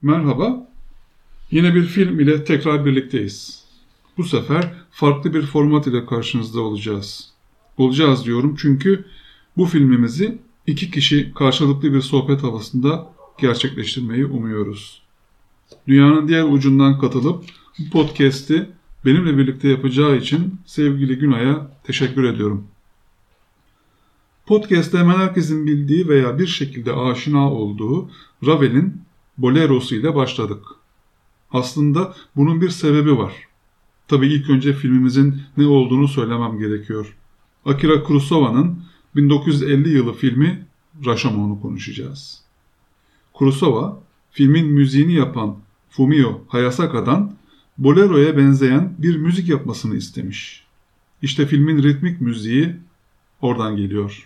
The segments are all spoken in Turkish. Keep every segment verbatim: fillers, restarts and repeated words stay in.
Merhaba, yine bir film ile tekrar birlikteyiz. Bu sefer farklı bir format ile karşınızda olacağız. Olacağız diyorum çünkü bu filmimizi iki kişi karşılıklı bir sohbet havasında gerçekleştirmeyi umuyoruz. Dünyanın diğer ucundan katılıp bu podcast'i benimle birlikte yapacağı için sevgili Günay'a teşekkür ediyorum. Podcast'te hemen herkesin bildiği veya bir şekilde aşina olduğu Ravel'in Bolero'su ile başladık. Aslında bunun bir sebebi var. Tabii ilk önce filmimizin ne olduğunu söylemem gerekiyor. Akira Kurosawa'nın bin dokuz yüz elli yılı filmi Rashomon'u konuşacağız. Kurosawa, filmin müziğini yapan Fumio Hayasaka'dan Bolero'ya benzeyen bir müzik yapmasını istemiş. İşte filmin ritmik müziği oradan geliyor.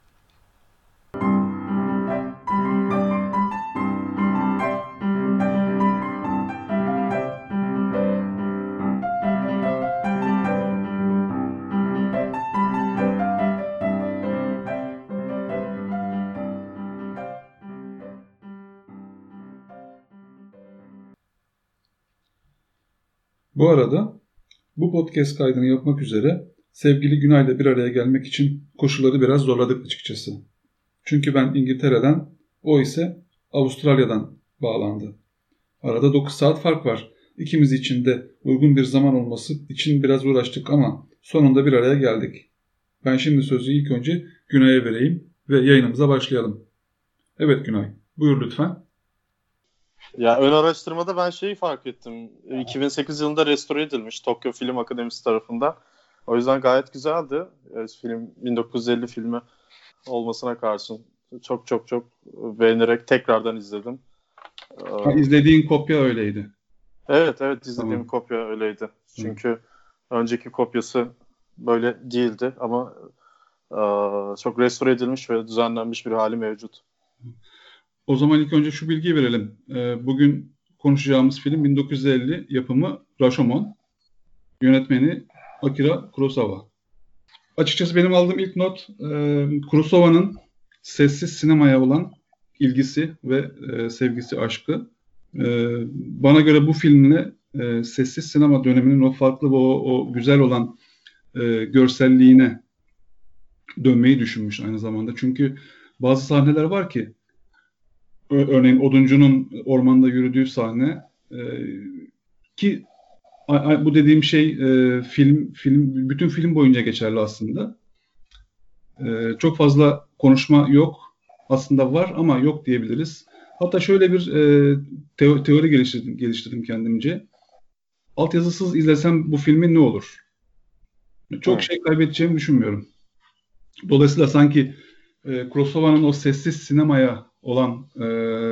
Bu arada bu podcast kaydını yapmak üzere sevgili Günay'la bir araya gelmek için koşulları biraz zorladık açıkçası. Çünkü ben İngiltere'den, o ise Avustralya'dan bağlandı. Arada dokuz saat fark var. İkimiz için de uygun bir zaman olması için biraz uğraştık ama sonunda bir araya geldik. Ben şimdi sözü ilk önce Günay'a vereyim ve yayınımıza başlayalım. Evet Günay, buyur lütfen. Ya ön araştırmada ben şeyi fark ettim. iki bin sekiz yılında restore edilmiş Tokyo Film Akademisi tarafından. O yüzden gayet güzeldi. Evet, film bin dokuz yüz elli filmi olmasına karşın çok çok çok beğenerek tekrardan izledim. Ha, izlediğin kopya öyleydi. Evet evet izlediğim Tamam. kopya öyleydi. Çünkü Hı. önceki kopyası böyle değildi ama e, çok restore edilmiş ve düzenlenmiş bir hali mevcut. O zaman ilk önce şu bilgiyi verelim. Bugün konuşacağımız film bin dokuz yüz elli yapımı Rashomon. Yönetmeni Akira Kurosawa. Açıkçası benim aldığım ilk not Kurosawa'nın sessiz sinemaya olan ilgisi ve sevgisi, aşkı. Bana göre bu filmle sessiz sinema döneminin o farklı ve o, o güzel olan görselliğine dönmeyi düşünmüş aynı zamanda. Çünkü bazı sahneler var ki, örneğin oduncunun ormanda yürüdüğü sahne e, ki a, a, bu dediğim şey e, film film bütün film boyunca geçerli aslında. E, çok fazla konuşma yok. Aslında var ama yok diyebiliriz. Hatta şöyle bir e, teo, teori geliştirdim, geliştirdim kendimce. Altyazısız izlesem bu filmin ne olur? Çok evet. şey kaybedeceğimi düşünmüyorum. Dolayısıyla sanki e, Kurosawa'nın o sessiz sinemaya olan e,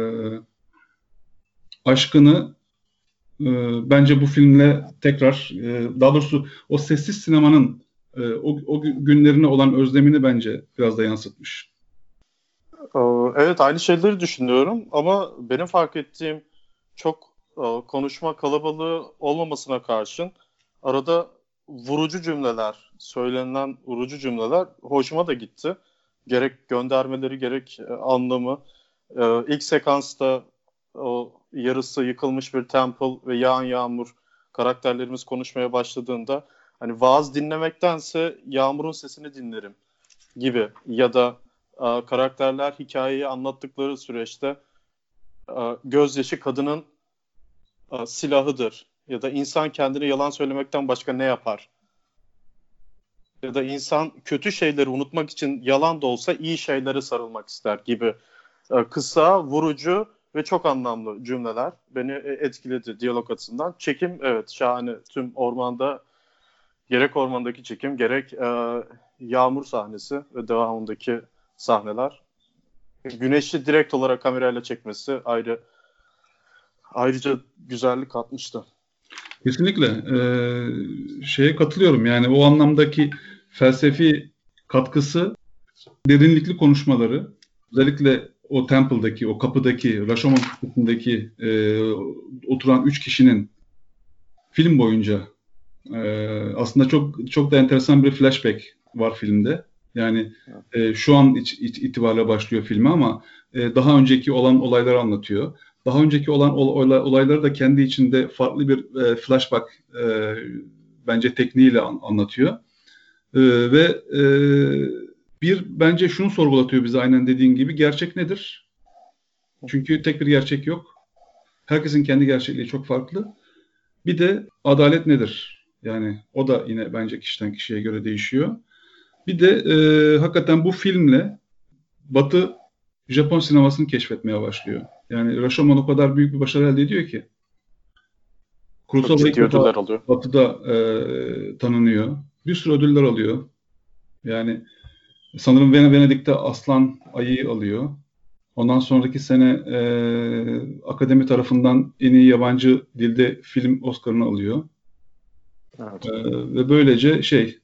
aşkını e, bence bu filmle tekrar, e, daha doğrusu o sessiz sinemanın e, o, o günlerine olan özlemini bence biraz da yansıtmış. Evet, aynı şeyleri düşünüyorum ama benim fark ettiğim çok konuşma kalabalığı olmamasına karşın arada vurucu cümleler, söylenen vurucu cümleler hoşuma da gitti. Gerek göndermeleri gerek anlamı. Ee, ilk sekansta o yarısı yıkılmış bir temple ve yağan yağmur karakterlerimiz konuşmaya başladığında hani vaaz dinlemektense yağmurun sesini dinlerim gibi ya da e, karakterler hikayeyi anlattıkları süreçte e, gözyaşı kadının e, silahıdır ya da insan kendine yalan söylemekten başka ne yapar? Ya da insan kötü şeyleri unutmak için yalan da olsa iyi şeylere sarılmak ister gibi kısa, vurucu ve çok anlamlı cümleler beni etkiledi diyalog açısından. Çekim evet şahane. Tüm ormanda gerek ormandaki çekim gerek e, yağmur sahnesi ve devamındaki sahneler. Güneşi direkt olarak kamerayla çekmesi ayrı ayrıca güzellik katmıştı. Kesinlikle. Ee, şeye katılıyorum. Yani o anlamdaki felsefi katkısı, derinlikli konuşmaları, özellikle o temple'daki, o kapıdaki, Rashomon kapısındaki e, oturan üç kişinin film boyunca e, aslında çok çok da enteresan bir flashback var filmde. Yani e, şu an iç, iç, itibariyle başlıyor filmi ama e, daha önceki olan olayları anlatıyor. daha önceki olan olay, olayları da kendi içinde farklı bir e, flashback e, bence tekniğiyle an, anlatıyor. E, ve e, bir bence şunu sorgulatıyor bize, aynen dediğin gibi, gerçek nedir? Çünkü tek bir gerçek yok. Herkesin kendi gerçekliği çok farklı. Bir de adalet nedir? Yani o da yine bence kişiden kişiye göre değişiyor. Bir de e, hakikaten bu filmle Batı Japon sinemasını keşfetmeye başlıyor. Yani Rashomon o kadar büyük bir başarı elde ediyor ki. Çok Kurosawa ilk ciddi defa ödüller alıyor. Batı'da e, tanınıyor. Bir sürü ödüller alıyor. Yani sanırım Ven- Venedik'te Aslan Ayı'yı alıyor. Ondan sonraki sene e, Akademi tarafından en iyi yabancı dilde film Oscar'ını alıyor. Evet. E, ve böylece şey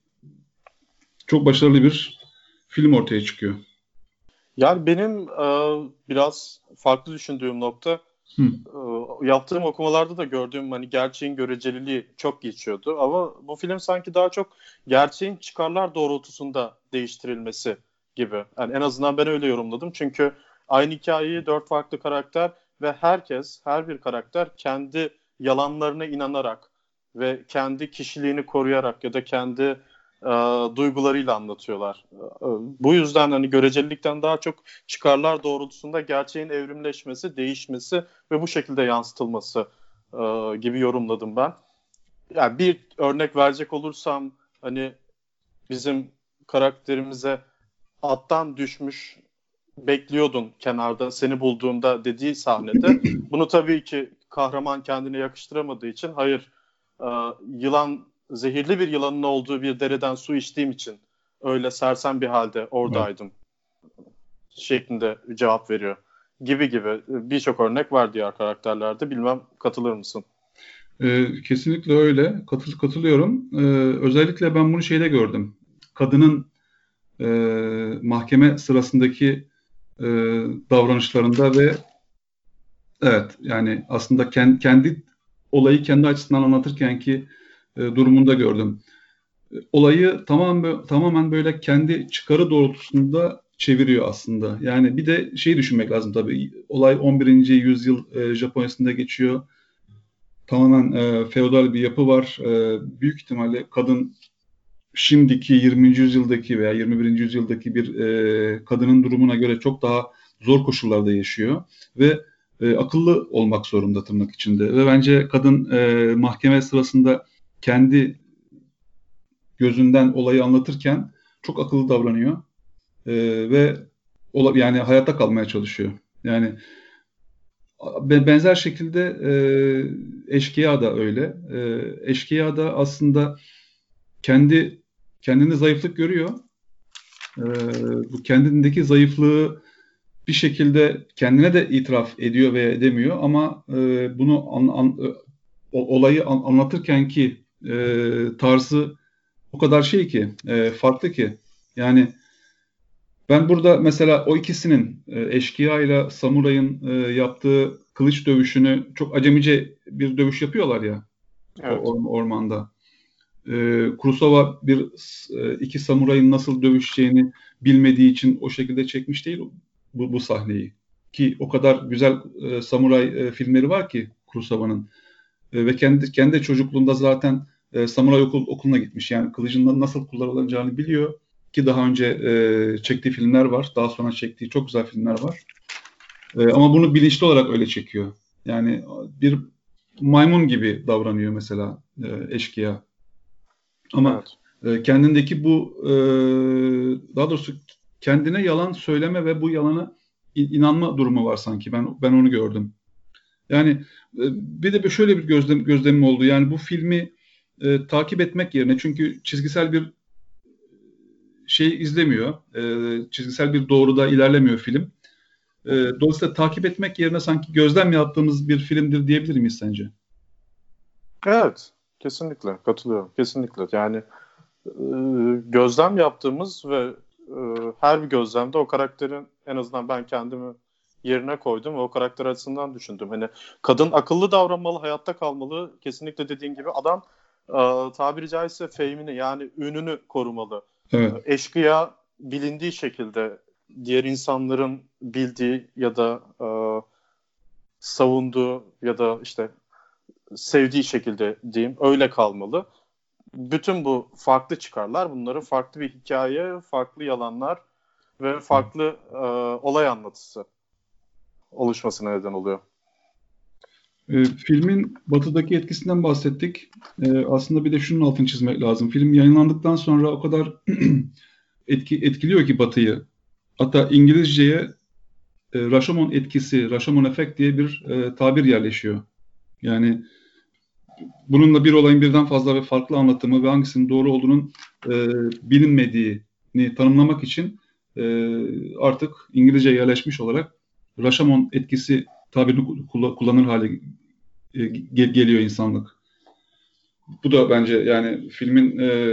çok başarılı bir film ortaya çıkıyor. Yani benim e, biraz farklı düşündüğüm nokta, Hı. e, yaptığım okumalarda da gördüğüm hani gerçeğin göreceliliği çok geçiyordu. Ama bu film sanki daha çok gerçeğin çıkarlar doğrultusunda değiştirilmesi gibi. Yani en azından ben öyle yorumladım. Çünkü aynı hikayeyi dört farklı karakter ve herkes, her bir karakter kendi yalanlarına inanarak ve kendi kişiliğini koruyarak ya da kendi e, duygularıyla anlatıyorlar. E, bu yüzden hani görecelilikten daha çok çıkarlar doğrultusunda gerçeğin evrimleşmesi, değişmesi ve bu şekilde yansıtılması e, gibi yorumladım ben. Yani bir örnek verecek olursam, hani bizim karakterimize attan düşmüş, bekliyordun kenarda seni bulduğumda dediği sahnede, bunu tabii ki kahraman kendine yakıştıramadığı için, hayır, e, yılan, zehirli bir yılanın olduğu bir dereden su içtiğim için öyle sersem bir halde Evet. oradaydım şeklinde cevap veriyor. Gibi gibi birçok örnek var diğer karakterlerde. Bilmem katılır mısın? E, kesinlikle öyle. Katıl, katılıyorum. E, özellikle ben bunu şeyde gördüm. Kadının e, mahkeme sırasındaki e, davranışlarında ve evet, yani aslında kendi, kendi olayı kendi açısından anlatırken ki e, durumunda gördüm. E, Olayı tamamen tamamen böyle kendi çıkarı doğrultusunda çeviriyor aslında. Yani bir de şey düşünmek lazım tabii. Olay on birinci yüzyıl e, Japonya'sında geçiyor. Tamamen e, feodal bir yapı var. E, büyük ihtimalle kadın şimdiki yirminci yüzyıldaki veya yirmi birinci yüzyıldaki bir e, kadının durumuna göre çok daha zor koşullarda yaşıyor ve e, akıllı olmak zorunda tırnak içinde. Ve bence kadın e, mahkeme sırasında kendi gözünden olayı anlatırken çok akıllı davranıyor. E, ve ola, yani hayatta kalmaya çalışıyor. Yani be- benzer şekilde e, Eşkıya da öyle. E, Eşkıya da aslında kendi kendini zayıflık görüyor. Ee, bu kendindeki zayıflığı bir şekilde kendine de itiraf ediyor veya edemiyor ama e, bunu an, an, e, o- olayı an- anlatırken ki e, tarzı o kadar şey ki e, farklı ki yani ben burada mesela o ikisinin e, Eşkıya ile Samuray'ın e, yaptığı kılıç dövüşünü çok acemice bir dövüş yapıyorlar ya o Evet. or- ormanda. E, Kurosawa bir e, iki samurayın nasıl dövüşeceğini bilmediği için o şekilde çekmiş değil bu, bu sahneyi. Ki o kadar güzel e, samuray e, filmleri var ki Kurosawa'nın. E, ve kendi kendi çocukluğunda zaten e, samuray okul, okuluna gitmiş. Yani kılıcın nasıl kullanılacağını biliyor. Ki daha önce e, çektiği filmler var. Daha sonra çektiği çok güzel filmler var. E, ama bunu bilinçli olarak öyle çekiyor. Yani bir maymun gibi davranıyor mesela e, eşkıya. Ama Evet. e, kendindeki bu e, daha doğrusu kendine yalan söyleme ve bu yalana in- inanma durumu var sanki. Ben ben onu gördüm. Yani e, bir de bir- şöyle bir gözlem, gözlemim oldu. Yani bu filmi e, takip etmek yerine çünkü çizgisel bir şey izlemiyor. E, çizgisel bir doğruda ilerlemiyor film. E, Hı hı. dolayısıyla takip etmek yerine sanki gözlem yaptığımız bir filmdir diyebilir miyiz sence? Evet. Kesinlikle katılıyorum. Kesinlikle. Yani e, gözlem yaptığımız ve e, her bir gözlemde o karakterin, en azından ben kendimi yerine koydum ve o karakter açısından düşündüm. Hani kadın akıllı davranmalı, hayatta kalmalı. Kesinlikle dediğin gibi adam e, tabiri caizse fame'ini, yani ününü korumalı. Evet. E, eşkıya bilindiği şekilde diğer insanların bildiği ya da e, savunduğu ya da işte sevdiği şekilde diyeyim öyle kalmalı. Bütün bu farklı çıkarlar bunların farklı bir hikaye, farklı yalanlar ve farklı e, olay anlatısı oluşmasına neden oluyor. E, filmin Batı'daki etkisinden bahsettik. E, aslında bir de şunun altını çizmek lazım. Film yayınlandıktan sonra o kadar etki, etkiliyor ki Batı'yı. Hatta İngilizceye e, Rashomon etkisi, Rashomon efekt diye bir e, tabir yerleşiyor. Yani bununla bir olayın birden fazla ve farklı anlatımı ve hangisinin doğru olduğunun e, bilinmediğini tanımlamak için e, artık İngilizce yerleşmiş olarak Rashomon etkisi tabirini kullanır hale e, gel- geliyor insanlık. Bu da bence yani filmin e,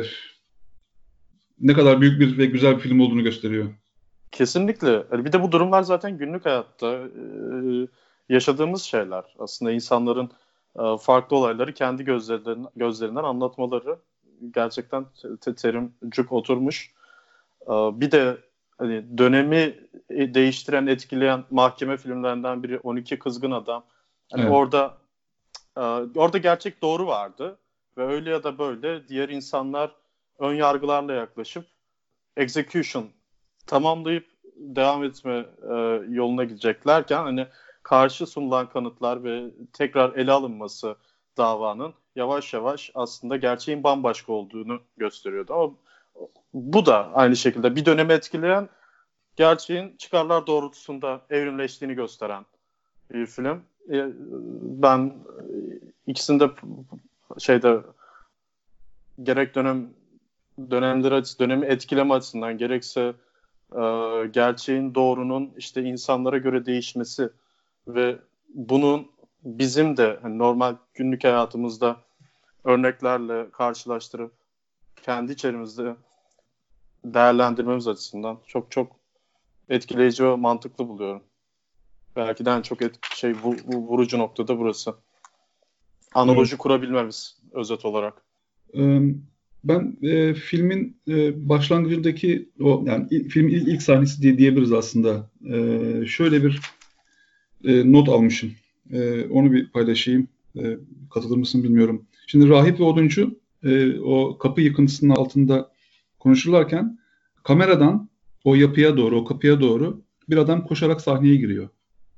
ne kadar büyük bir ve güzel bir film olduğunu gösteriyor. Kesinlikle. Bir de bu durumlar zaten günlük hayatta e, yaşadığımız şeyler. Aslında insanların e, farklı olayları kendi gözlerinden, gözlerinden anlatmaları gerçekten te- terimcik oturmuş. E, bir de hani dönemi değiştiren, etkileyen mahkeme filmlerinden biri on iki Kızgın Adam. Hani Evet. orada e, orada gerçek doğru vardı ve öyle ya da böyle diğer insanlar ön yargılarla yaklaşıp execution tamamlayıp devam etme e, yoluna gideceklerken hani karşı sunulan kanıtlar ve tekrar ele alınması davanın yavaş yavaş aslında gerçeğin bambaşka olduğunu gösteriyordu. Ama bu da aynı şekilde bir dönemi etkileyen gerçeğin çıkarlar doğrultusunda evrimleştiğini gösteren bir film. E, ben ikisinde şeyde gerek dönem dönemleri dönemi etkileme açısından gerekse e, gerçeğin doğrunun işte insanlara göre değişmesi ve bunun bizim de hani normal günlük hayatımızda örneklerle karşılaştırıp kendi içerimizde değerlendirmemiz açısından çok çok etkileyici ve mantıklı buluyorum. Belki de en çok et, şey bu, bu vurucu noktada burası. Analoji evet. Kurabilmemiz özet olarak. Ben e, filmin e, başlangıcındaki o yani il, filmin ilk, ilk sahnesi diye diyebiliriz aslında. E, şöyle bir e, not almışım. E, onu bir paylaşayım. E, katılır mısın bilmiyorum. Şimdi rahip ve oduncu e, o kapı yıkıntısının altında konuşurlarken kameradan o yapıya doğru, o kapıya doğru bir adam koşarak sahneye giriyor.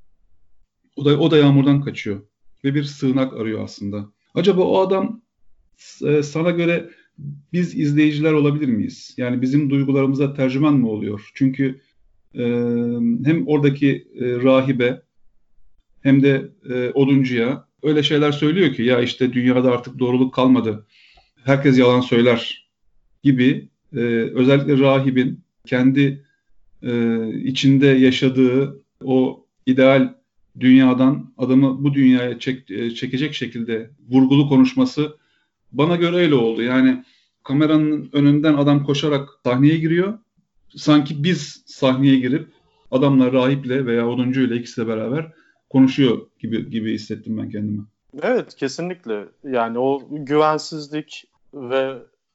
O da, o da yağmurdan kaçıyor ve bir sığınak arıyor aslında. Acaba o adam e, sana göre biz izleyiciler olabilir miyiz? Yani bizim duygularımıza tercüman mı oluyor? Çünkü e, hem oradaki e, rahibe hem de e, oduncuya öyle şeyler söylüyor ki ya işte dünyada artık doğruluk kalmadı. Herkes yalan söyler gibi e, özellikle rahibin kendi e, içinde yaşadığı o ideal dünyadan adamı bu dünyaya çek, e, çekecek şekilde vurgulu konuşması bana göre öyle oldu. Yani kameranın önünden adam koşarak sahneye giriyor. Sanki biz sahneye girip adamla rahiple veya oduncuyla ikisi de beraber konuşuyor gibi gibi hissettim ben kendimi. Evet, kesinlikle. Yani o güvensizlik ve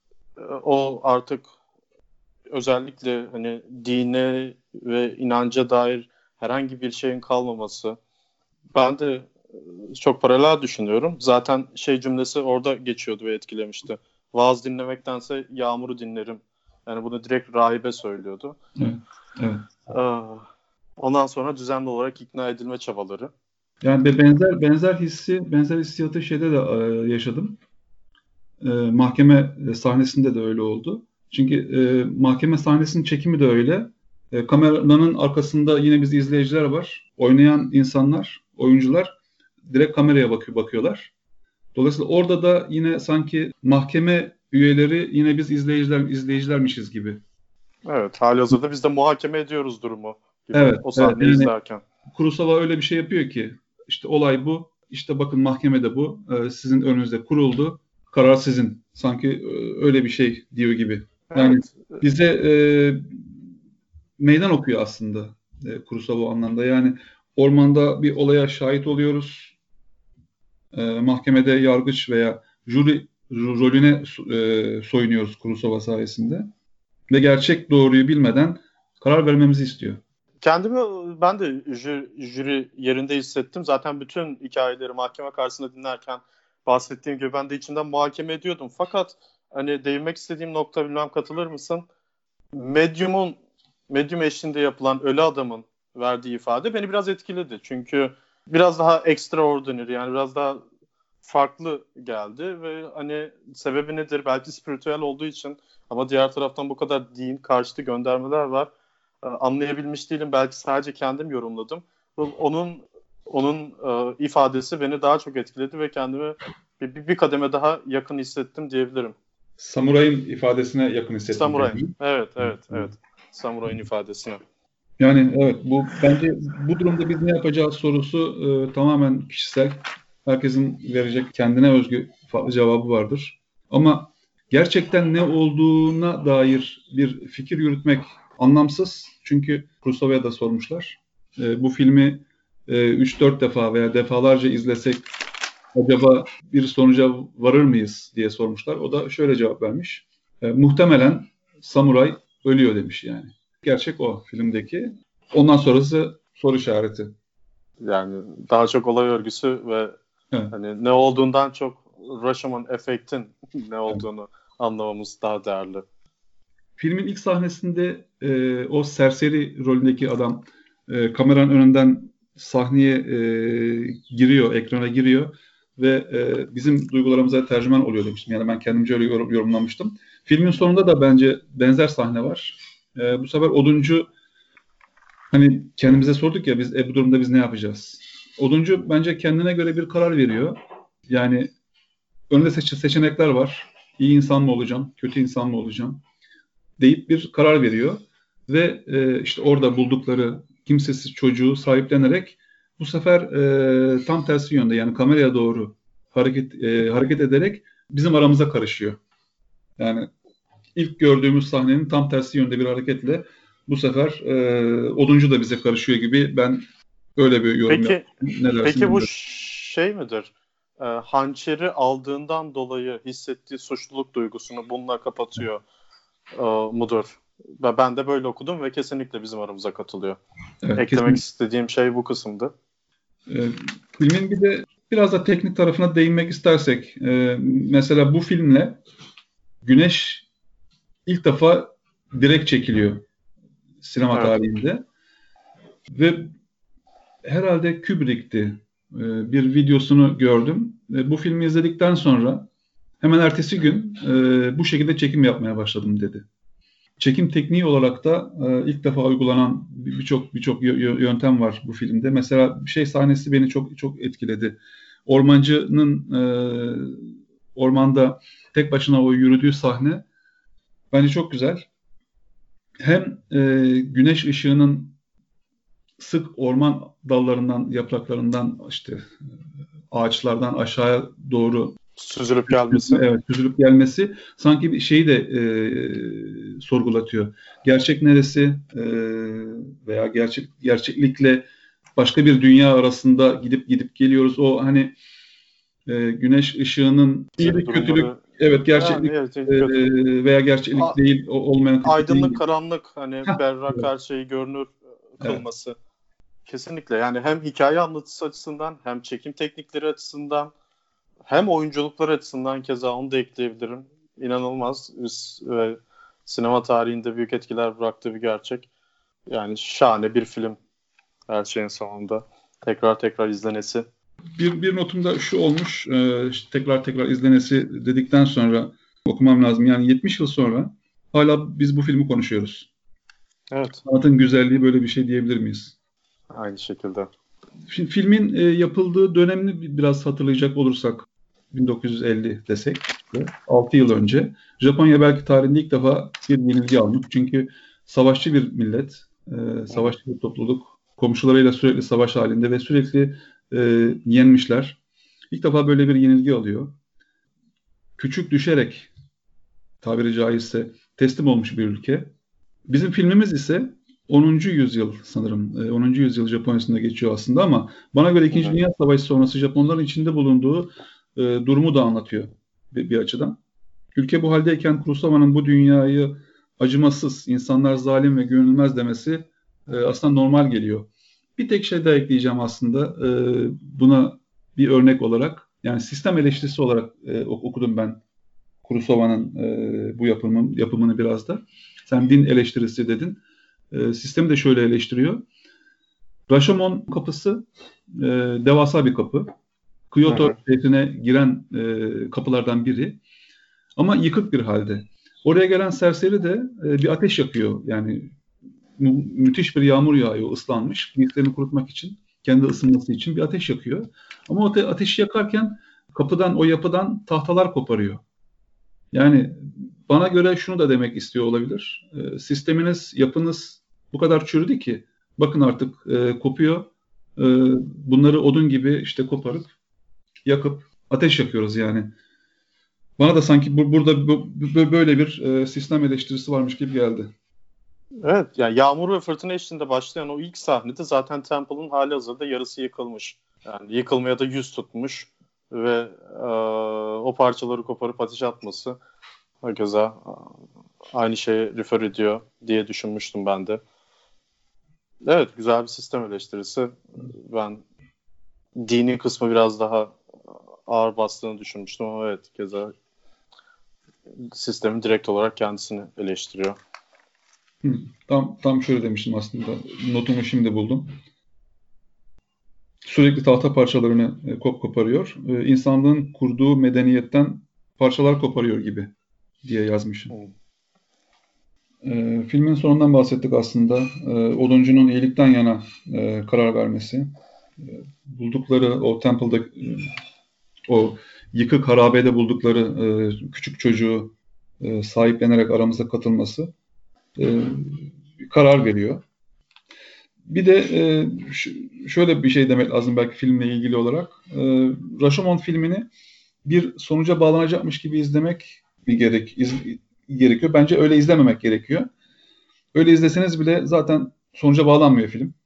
o artık özellikle hani dine ve inanca dair herhangi bir şeyin kalmaması. Ben de çok paralel düşünüyorum. Zaten şey cümlesi orada geçiyordu ve etkilemişti. Vaaz dinlemektense yağmuru dinlerim. Yani bunu direkt rahibe söylüyordu. Evet, evet. Ondan sonra düzenli olarak ikna edilme çabaları. Yani benzer benzer hissi, benzer hissiyatı şeyde de e, yaşadım. E, mahkeme sahnesinde de öyle oldu. Çünkü e, mahkeme sahnesinin çekimi de öyle. E, kameranın arkasında yine biz izleyiciler var. Oynayan insanlar, oyuncular direkt kameraya bakıyor, bakıyorlar. Dolayısıyla orada da yine sanki mahkeme üyeleri yine biz izleyiciler izleyicilermişiz gibi. Evet, halihazırda biz de muhakeme ediyoruz durumu gibi Evet, o sahneyi evet, yani izlerken. Kurosawa öyle bir şey yapıyor ki işte olay bu, işte bakın mahkemede bu, e, sizin önünüzde kuruldu, karar sizin. Sanki e, öyle bir şey diyor gibi. Yani Evet. bize e, meydan okuyor aslında e, Kurosawa o anlamda. Yani ormanda bir olaya şahit oluyoruz. E, mahkemede yargıç veya jüri rolüne e, soyunuyoruz Kurosawa sayesinde. Ve gerçek doğruyu bilmeden karar vermemizi istiyor. Kendimi ben de jüri, jüri yerinde hissettim. Zaten bütün hikayeleri mahkeme karşısında dinlerken bahsettiğim gibi ben de içimden muhakeme ediyordum. Fakat hani değinmek istediğim nokta, bilmem katılır mısın? Medyumun, medyum eşliğinde yapılan Ölü Adam'ın verdiği ifade beni biraz etkiledi. Çünkü biraz daha extraordinary, yani biraz daha farklı geldi ve hani sebebi nedir? Belki spiritüel olduğu için, ama diğer taraftan bu kadar din karşıtı göndermeler var. Ee, Anlayabilmiş değilim. Belki sadece kendim yorumladım. Onun onun e, ifadesi beni daha çok etkiledi ve kendimi bir, bir, bir kademe daha yakın hissettim diyebilirim. Samuray'ın ifadesine yakın hissettim. Samuray'ın. Evet, evet, evet. Samuray'ın ifadesine. Yani evet, bu bence bu durumda biz ne yapacağız sorusu e, tamamen kişisel. Herkesin verecek kendine özgü farklı cevabı vardır. Ama gerçekten ne olduğuna dair bir fikir yürütmek anlamsız. Çünkü Kurosawa'ya da sormuşlar. E, bu filmi e, üç dört defa veya defalarca izlesek acaba bir sonuca varır mıyız diye sormuşlar. O da şöyle cevap vermiş. E, muhtemelen samuray ölüyor demiş yani. Gerçek o filmdeki. Ondan sonrası soru işareti. Yani daha çok olay örgüsü ve evet. Hani ne olduğundan çok Rashomon efektin ne olduğunu evet. anlamamız daha değerli. Filmin ilk sahnesinde e, o serseri rolündeki adam e, kameranın önünden sahneye e, giriyor, ekrana giriyor ve e, bizim duygularımıza tercüman oluyor demiştim. Yani ben kendimce öyle yorum, yorumlamıştım. Filmin sonunda da bence benzer sahne var. E, bu sefer oduncu, hani kendimize sorduk ya biz e, bu durumda biz ne yapacağız? Oduncu bence kendine göre bir karar veriyor. Yani önünde seç- seçenekler var. İyi insan mı olacağım, kötü insan mı olacağım deyip bir karar veriyor. Ve e, işte orada buldukları kimsesiz çocuğu sahiplenerek bu sefer e, tam tersi yönde, yani kameraya doğru hareket e, hareket ederek bizim aramıza karışıyor. Yani ilk gördüğümüz sahnenin tam tersi yönde bir hareketle bu sefer e, oduncu da bize karışıyor gibi, ben öyle bir yorum peki, yaptım. Ne dersin? Peki bu şey midir? E, hançeri aldığından dolayı hissettiği suçluluk duygusunu bununla kapatıyor e, mudur? Ve ben de böyle okudum ve kesinlikle bizim aramıza katılıyor. Evet, Eklemek kesinlikle. istediğim şey bu kısımdı. E, filmin bir de biraz da teknik tarafına değinmek istersek, e, mesela bu filmle Güneş ilk defa direkt çekiliyor sinema evet. tarihinde. Ve herhalde Kubrick'ti. Ee, bir videosunu gördüm. Ee, bu filmi izledikten sonra hemen ertesi gün e, bu şekilde çekim yapmaya başladım dedi. Çekim tekniği olarak da e, ilk defa uygulanan birçok birçok yöntem var bu filmde. Mesela bir şey sahnesi beni çok çok etkiledi. Ormancının e, ormanda tek başına o yürüdüğü sahne bence çok güzel. Hem e, güneş ışığının sık orman dallarından, yapraklarından, işte ağaçlardan aşağıya doğru süzülüp gelmesi. Evet, süzülüp gelmesi sanki bir şeyi de e, sorgulatıyor. Gerçek neresi e, veya gerçek gerçeklikle başka bir dünya arasında gidip gidip geliyoruz. O hani e, güneş ışığının iyilik kötülük, evet gerçeklik yani, evet, e, veya gerçeklik A- değil olmayan aydınlık değil. Karanlık, hani Heh, berrak evet. her şeyi görünür kılması. Evet. Kesinlikle, yani hem hikaye anlatısı açısından hem çekim teknikleri açısından hem oyunculuklar açısından keza onu da ekleyebilirim. İnanılmaz ve sinema tarihinde büyük etkiler bıraktığı bir gerçek. Yani şahane bir film her şeyin sonunda. Tekrar tekrar izlenesi. Bir, bir notum da şu olmuş, e, işte tekrar tekrar izlenesi dedikten sonra okumam lazım. Yani yetmiş yıl sonra hala biz bu filmi konuşuyoruz. Evet. Sanatın güzelliği böyle bir şey diyebilir miyiz? Aynı şekilde. Şimdi filmin e, yapıldığı dönemini biraz hatırlayacak olursak, bin dokuz yüz elli desek, işte, altı yıl önce Japonya belki tarihinde ilk defa bir yenilgi almış. Çünkü savaşçı bir millet, e, savaşçı bir topluluk, komşularıyla sürekli savaş halinde ve sürekli e, yenmişler. İlk defa böyle bir yenilgi alıyor. Küçük düşerek, tabiri caizse, teslim olmuş bir ülke. Bizim filmimiz ise onuncu yüzyıl sanırım. onuncu yüzyıl Japonya'sında geçiyor aslında, ama bana göre İkinci Dünya Savaşı sonrası Japonların içinde bulunduğu e, durumu da anlatıyor bir, bir açıdan. Ülke bu haldeyken Kurosawa'nın bu dünyayı acımasız, insanlar zalim ve güvenilmez demesi e, aslında normal geliyor. Bir tek şey daha ekleyeceğim aslında e, buna bir örnek olarak. Yani sistem eleştirisi olarak e, okudum ben Kurosawa'nın e, bu yapımın yapımını biraz da. Sen din eleştirisi dedin. E, sistemi de şöyle eleştiriyor. Rashomon kapısı e, devasa bir kapı. Hı Kyoto hı. şehrine giren e, kapılardan biri. Ama yıkık bir halde. Oraya gelen serseri de e, bir ateş yakıyor. Yani mü- müthiş bir yağmur yağıyor, ıslanmış. Giysilerini kurutmak için, kendi ısınması için bir ateş yakıyor. Ama o te- ateşi yakarken kapıdan, o yapıdan tahtalar koparıyor. Yani bana göre şunu da demek istiyor olabilir. E, sisteminiz, yapınız bu kadar çürüdü ki bakın artık e, kopuyor. E, bunları odun gibi işte koparıp yakıp ateş yakıyoruz yani. Bana da sanki bu, burada bu, bu- böyle bir e, sistem eleştirisi varmış gibi geldi. Evet, yani yağmur ve fırtına eşliğinde başlayan o ilk sahnede zaten Temple'ın hali hazırda yarısı yıkılmış. Yani yıkılmaya da yüz tutmuş ve e, o parçaları koparıp ateşe atması herkese e, aynı şeye refer ediyor diye düşünmüştüm ben de. Evet, güzel bir sistem eleştirisi. Ben dini kısmı biraz daha ağır bastığını düşünmüştüm ama evet, keza sistemin direkt olarak kendisini eleştiriyor. Hı, tam tam şöyle demiştim aslında. Notumu şimdi buldum. Sürekli tahta parçalarını e, kop koparıyor. E, insanlığın kurduğu medeniyetten parçalar koparıyor gibi diye yazmışım. Hmm. E, filmin sonundan bahsettik aslında. E, oduncunun iyilikten yana e, karar vermesi. E, buldukları o temple'da e, o yıkık harabede buldukları e, küçük çocuğu e, sahiplenerek aramıza katılması e, karar veriyor. Bir de e, ş- şöyle bir şey demek lazım belki filmle ilgili olarak. E, Rashomon filmini bir sonuca bağlanacakmış gibi izlemek bir gerek iz- gerekiyor. Bence öyle izlememek gerekiyor. Öyle izleseniz bile zaten sonuca bağlanmıyor film.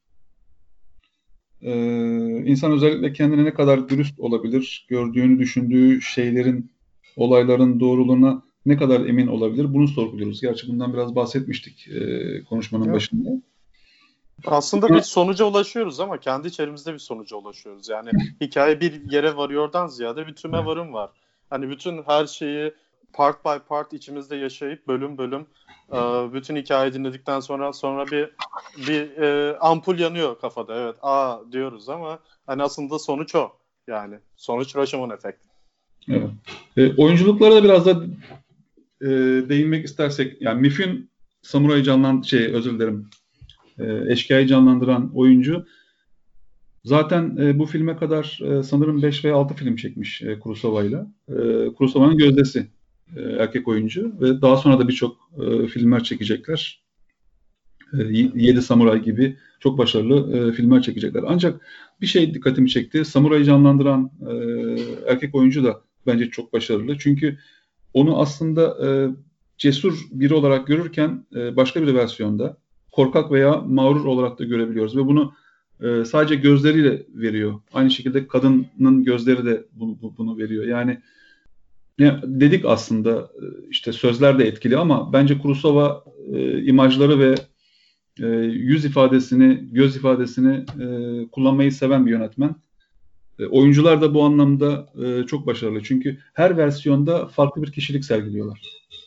E, insan özellikle kendine ne kadar dürüst olabilir, gördüğünü, düşündüğü şeylerin, olayların doğruluğuna ne kadar emin olabilir, bunu sorguluyoruz. Gerçi bundan biraz bahsetmiştik e, konuşmanın Evet. başında. Aslında bir sonuca ulaşıyoruz ama kendi içerimizde bir sonuca ulaşıyoruz. Yani hikaye bir yere varıyordan ziyade bir tüme varım var. Hani bütün her şeyi part by part içimizde yaşayıp bölüm bölüm e, bütün hikayeyi dinledikten sonra sonra bir bir e, ampul yanıyor kafada. Evet, aa diyoruz ama hani aslında sonuç o. Yani sonuç Rashomon efekt. Evet. E, oyunculuklara da biraz da e, değinmek istersek, yani Mif'in Samuray'ı canlan şey özür dilerim, e, Eşkıya'yı canlandıran oyuncu zaten e, bu filme kadar e, sanırım beş veya altı film çekmiş e, Kurosawa'yla. E, Kurosawa'nın gözdesi e, erkek oyuncu ve daha sonra da birçok e, filmler çekecekler. E, Yedi Samuray gibi çok başarılı e, filmler çekecekler. Ancak bir şey dikkatimi çekti. Samuray'ı canlandıran e, erkek oyuncu da bence çok başarılı. Çünkü onu aslında e, cesur biri olarak görürken e, başka bir versiyonda korkak veya mağrur olarak da görebiliyoruz ve bunu e, sadece gözleriyle veriyor. Aynı şekilde kadının gözleri de bunu, bu- bunu veriyor. Yani ne dedik aslında e, işte sözler de etkili ama bence Kurosawa e, imajları ve e, yüz ifadesini, göz ifadesini e, kullanmayı seven bir yönetmen. E, oyuncular da bu anlamda e, çok başarılı. Çünkü her versiyonda farklı bir kişilik sergiliyorlar.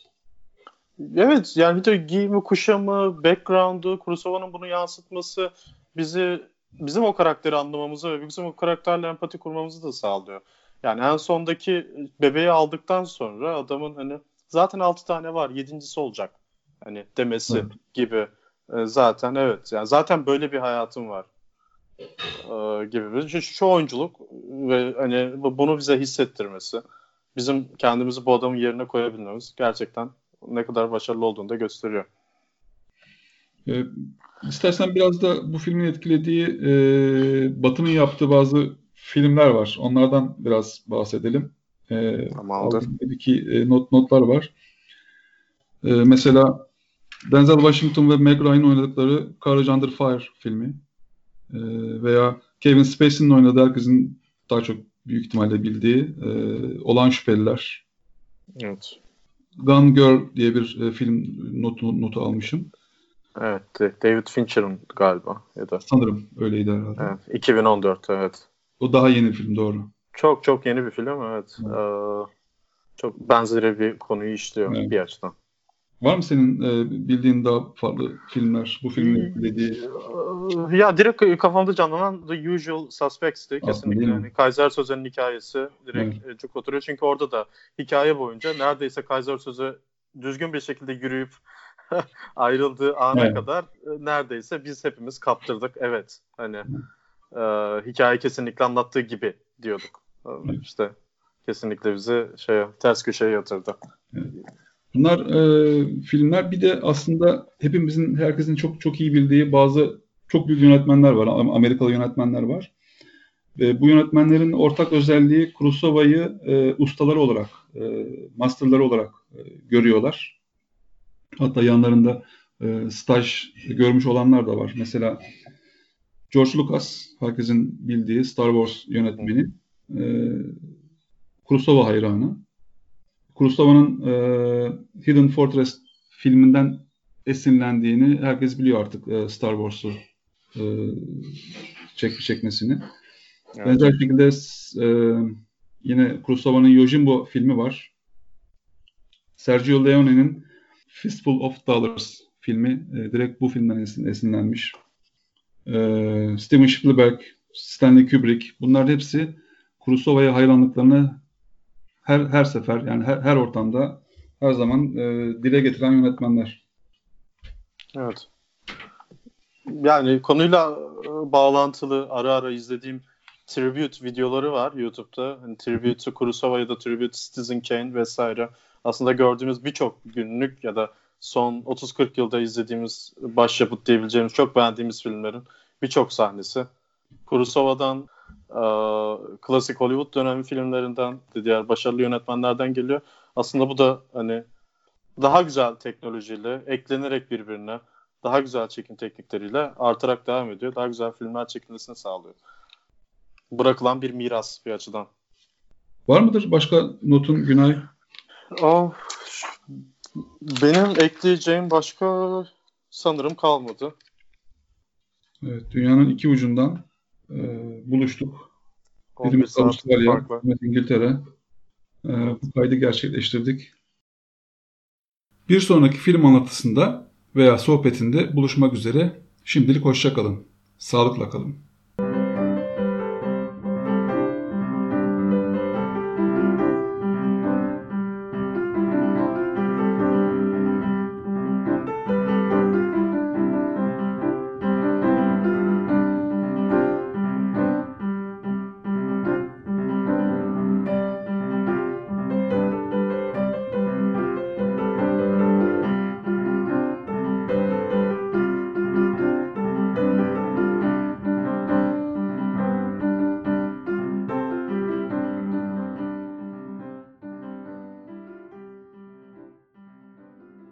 Evet, yani bir de giyimi, kuşamı, background'u, Kurosawa'nın bunu yansıtması bizi bizim o karakteri anlamamızı ve bizim o karakterle empati kurmamızı da sağlıyor. Yani en sondaki bebeği aldıktan sonra adamın hani zaten altı tane var, yedincisi olacak hani demesi Evet. gibi. E, zaten evet, yani zaten böyle bir hayatım var e, gibi bir şu, şu oyunculuk ve hani bu- bunu bize hissettirmesi, bizim kendimizi bu adamın yerine koyabilmemiz gerçekten ne kadar başarılı olduğunu da gösteriyor. E, istersen biraz da bu filmin etkilediği e, Batı'nın yaptığı bazı filmler var. Onlardan biraz bahsedelim. E, Tamamdır. aldığım bir iki e, not, notlar var. E, mesela Denzel Washington ve Meg Ryan'ın oynadıkları Courage Under Fire filmi. E, veya Kevin Spacey'nin oynadığı herkesin daha çok büyük ihtimalle bildiği e, Olan Şüpheliler. Evet. Gone Girl diye bir e, film notu, notu almışım. Evet, David Fincher'ın galiba ya da. Sanırım öyleydi herhalde. Evet, iki bin on dört, evet. O daha yeni bir film, doğru. Çok çok yeni bir film, evet. Evet. Ee, çok benzeri bir konuyu işliyor Evet. bir açıdan. Var mı senin e, bildiğin daha farklı filmler, bu filmin dediği? Ya direkt kafamda canlanan The Usual Suspects'ti Aslında kesinlikle. değil mi? Yani Kaiser Söze'nin hikayesi direkt Evet. çok oturuyor. Çünkü orada da hikaye boyunca neredeyse Kaiser Söze düzgün bir şekilde yürüyüp ayrıldığı ana Evet. kadar neredeyse biz hepimiz kaptırdık. Evet, hani e, hikaye kesinlikle anlattığı gibi diyorduk. Evet. İşte kesinlikle bizi şeye, ters köşeye yatırdı. Evet. Bunlar e, filmler, bir de aslında hepimizin, herkesin çok çok iyi bildiği bazı çok büyük yönetmenler var. Amerikalı yönetmenler var. E, bu yönetmenlerin ortak özelliği Kurosawa'yı e, ustaları olarak, e, masterları olarak e, görüyorlar. Hatta yanlarında e, staj görmüş olanlar da var. Mesela George Lucas, herkesin bildiği Star Wars yönetmeni, e, Kurosawa hayranı. Kurosawa'nın e, Hidden Fortress filminden esinlendiğini herkes biliyor artık, e, Star Wars'u e, çek, çekmesini. Evet. Benzer şekilde e, yine Kurosawa'nın Yojimbo filmi var. Sergio Leone'nin Fistful of Dollars filmi e, direkt bu filmden esin, esinlenmiş. E, Steven Spielberg, Stanley Kubrick, bunlar hepsi Kurosawa'ya hayranlıklarını her her sefer, yani her, her ortamda her zaman e, dile getiren yönetmenler. Evet. Yani konuyla bağlantılı ara ara izlediğim tribute videoları var YouTube'da. Hani Tribute to Kurosawa ya da Tribute to Citizen Kane vesaire. Aslında gördüğümüz birçok günlük ya da son otuz kırk yılda izlediğimiz başyapıt diyebileceğimiz çok beğendiğimiz filmlerin birçok sahnesi. Kurosawa'dan e, klasik Hollywood dönemi filmlerinden de diğer başarılı yönetmenlerden geliyor. Aslında bu da hani daha güzel teknolojiyle eklenerek birbirine daha güzel çekim teknikleriyle artarak devam ediyor. Daha güzel filmler çekilmesini sağlıyor. Bırakılan bir miras bir açıdan. Var mıdır başka notun, Günay? Oh, benim ekleyeceğim başka sanırım kalmadı. Evet, dünyanın iki ucundan e, buluştuk. on bir Birimiz saat Avustralya, fark var. birimiz İngiltere. E, Evet. bu kaydı gerçekleştirdik. Bir sonraki film anlatısında veya sohbetinde buluşmak üzere. Şimdilik hoşça kalın. Sağlıkla kalın.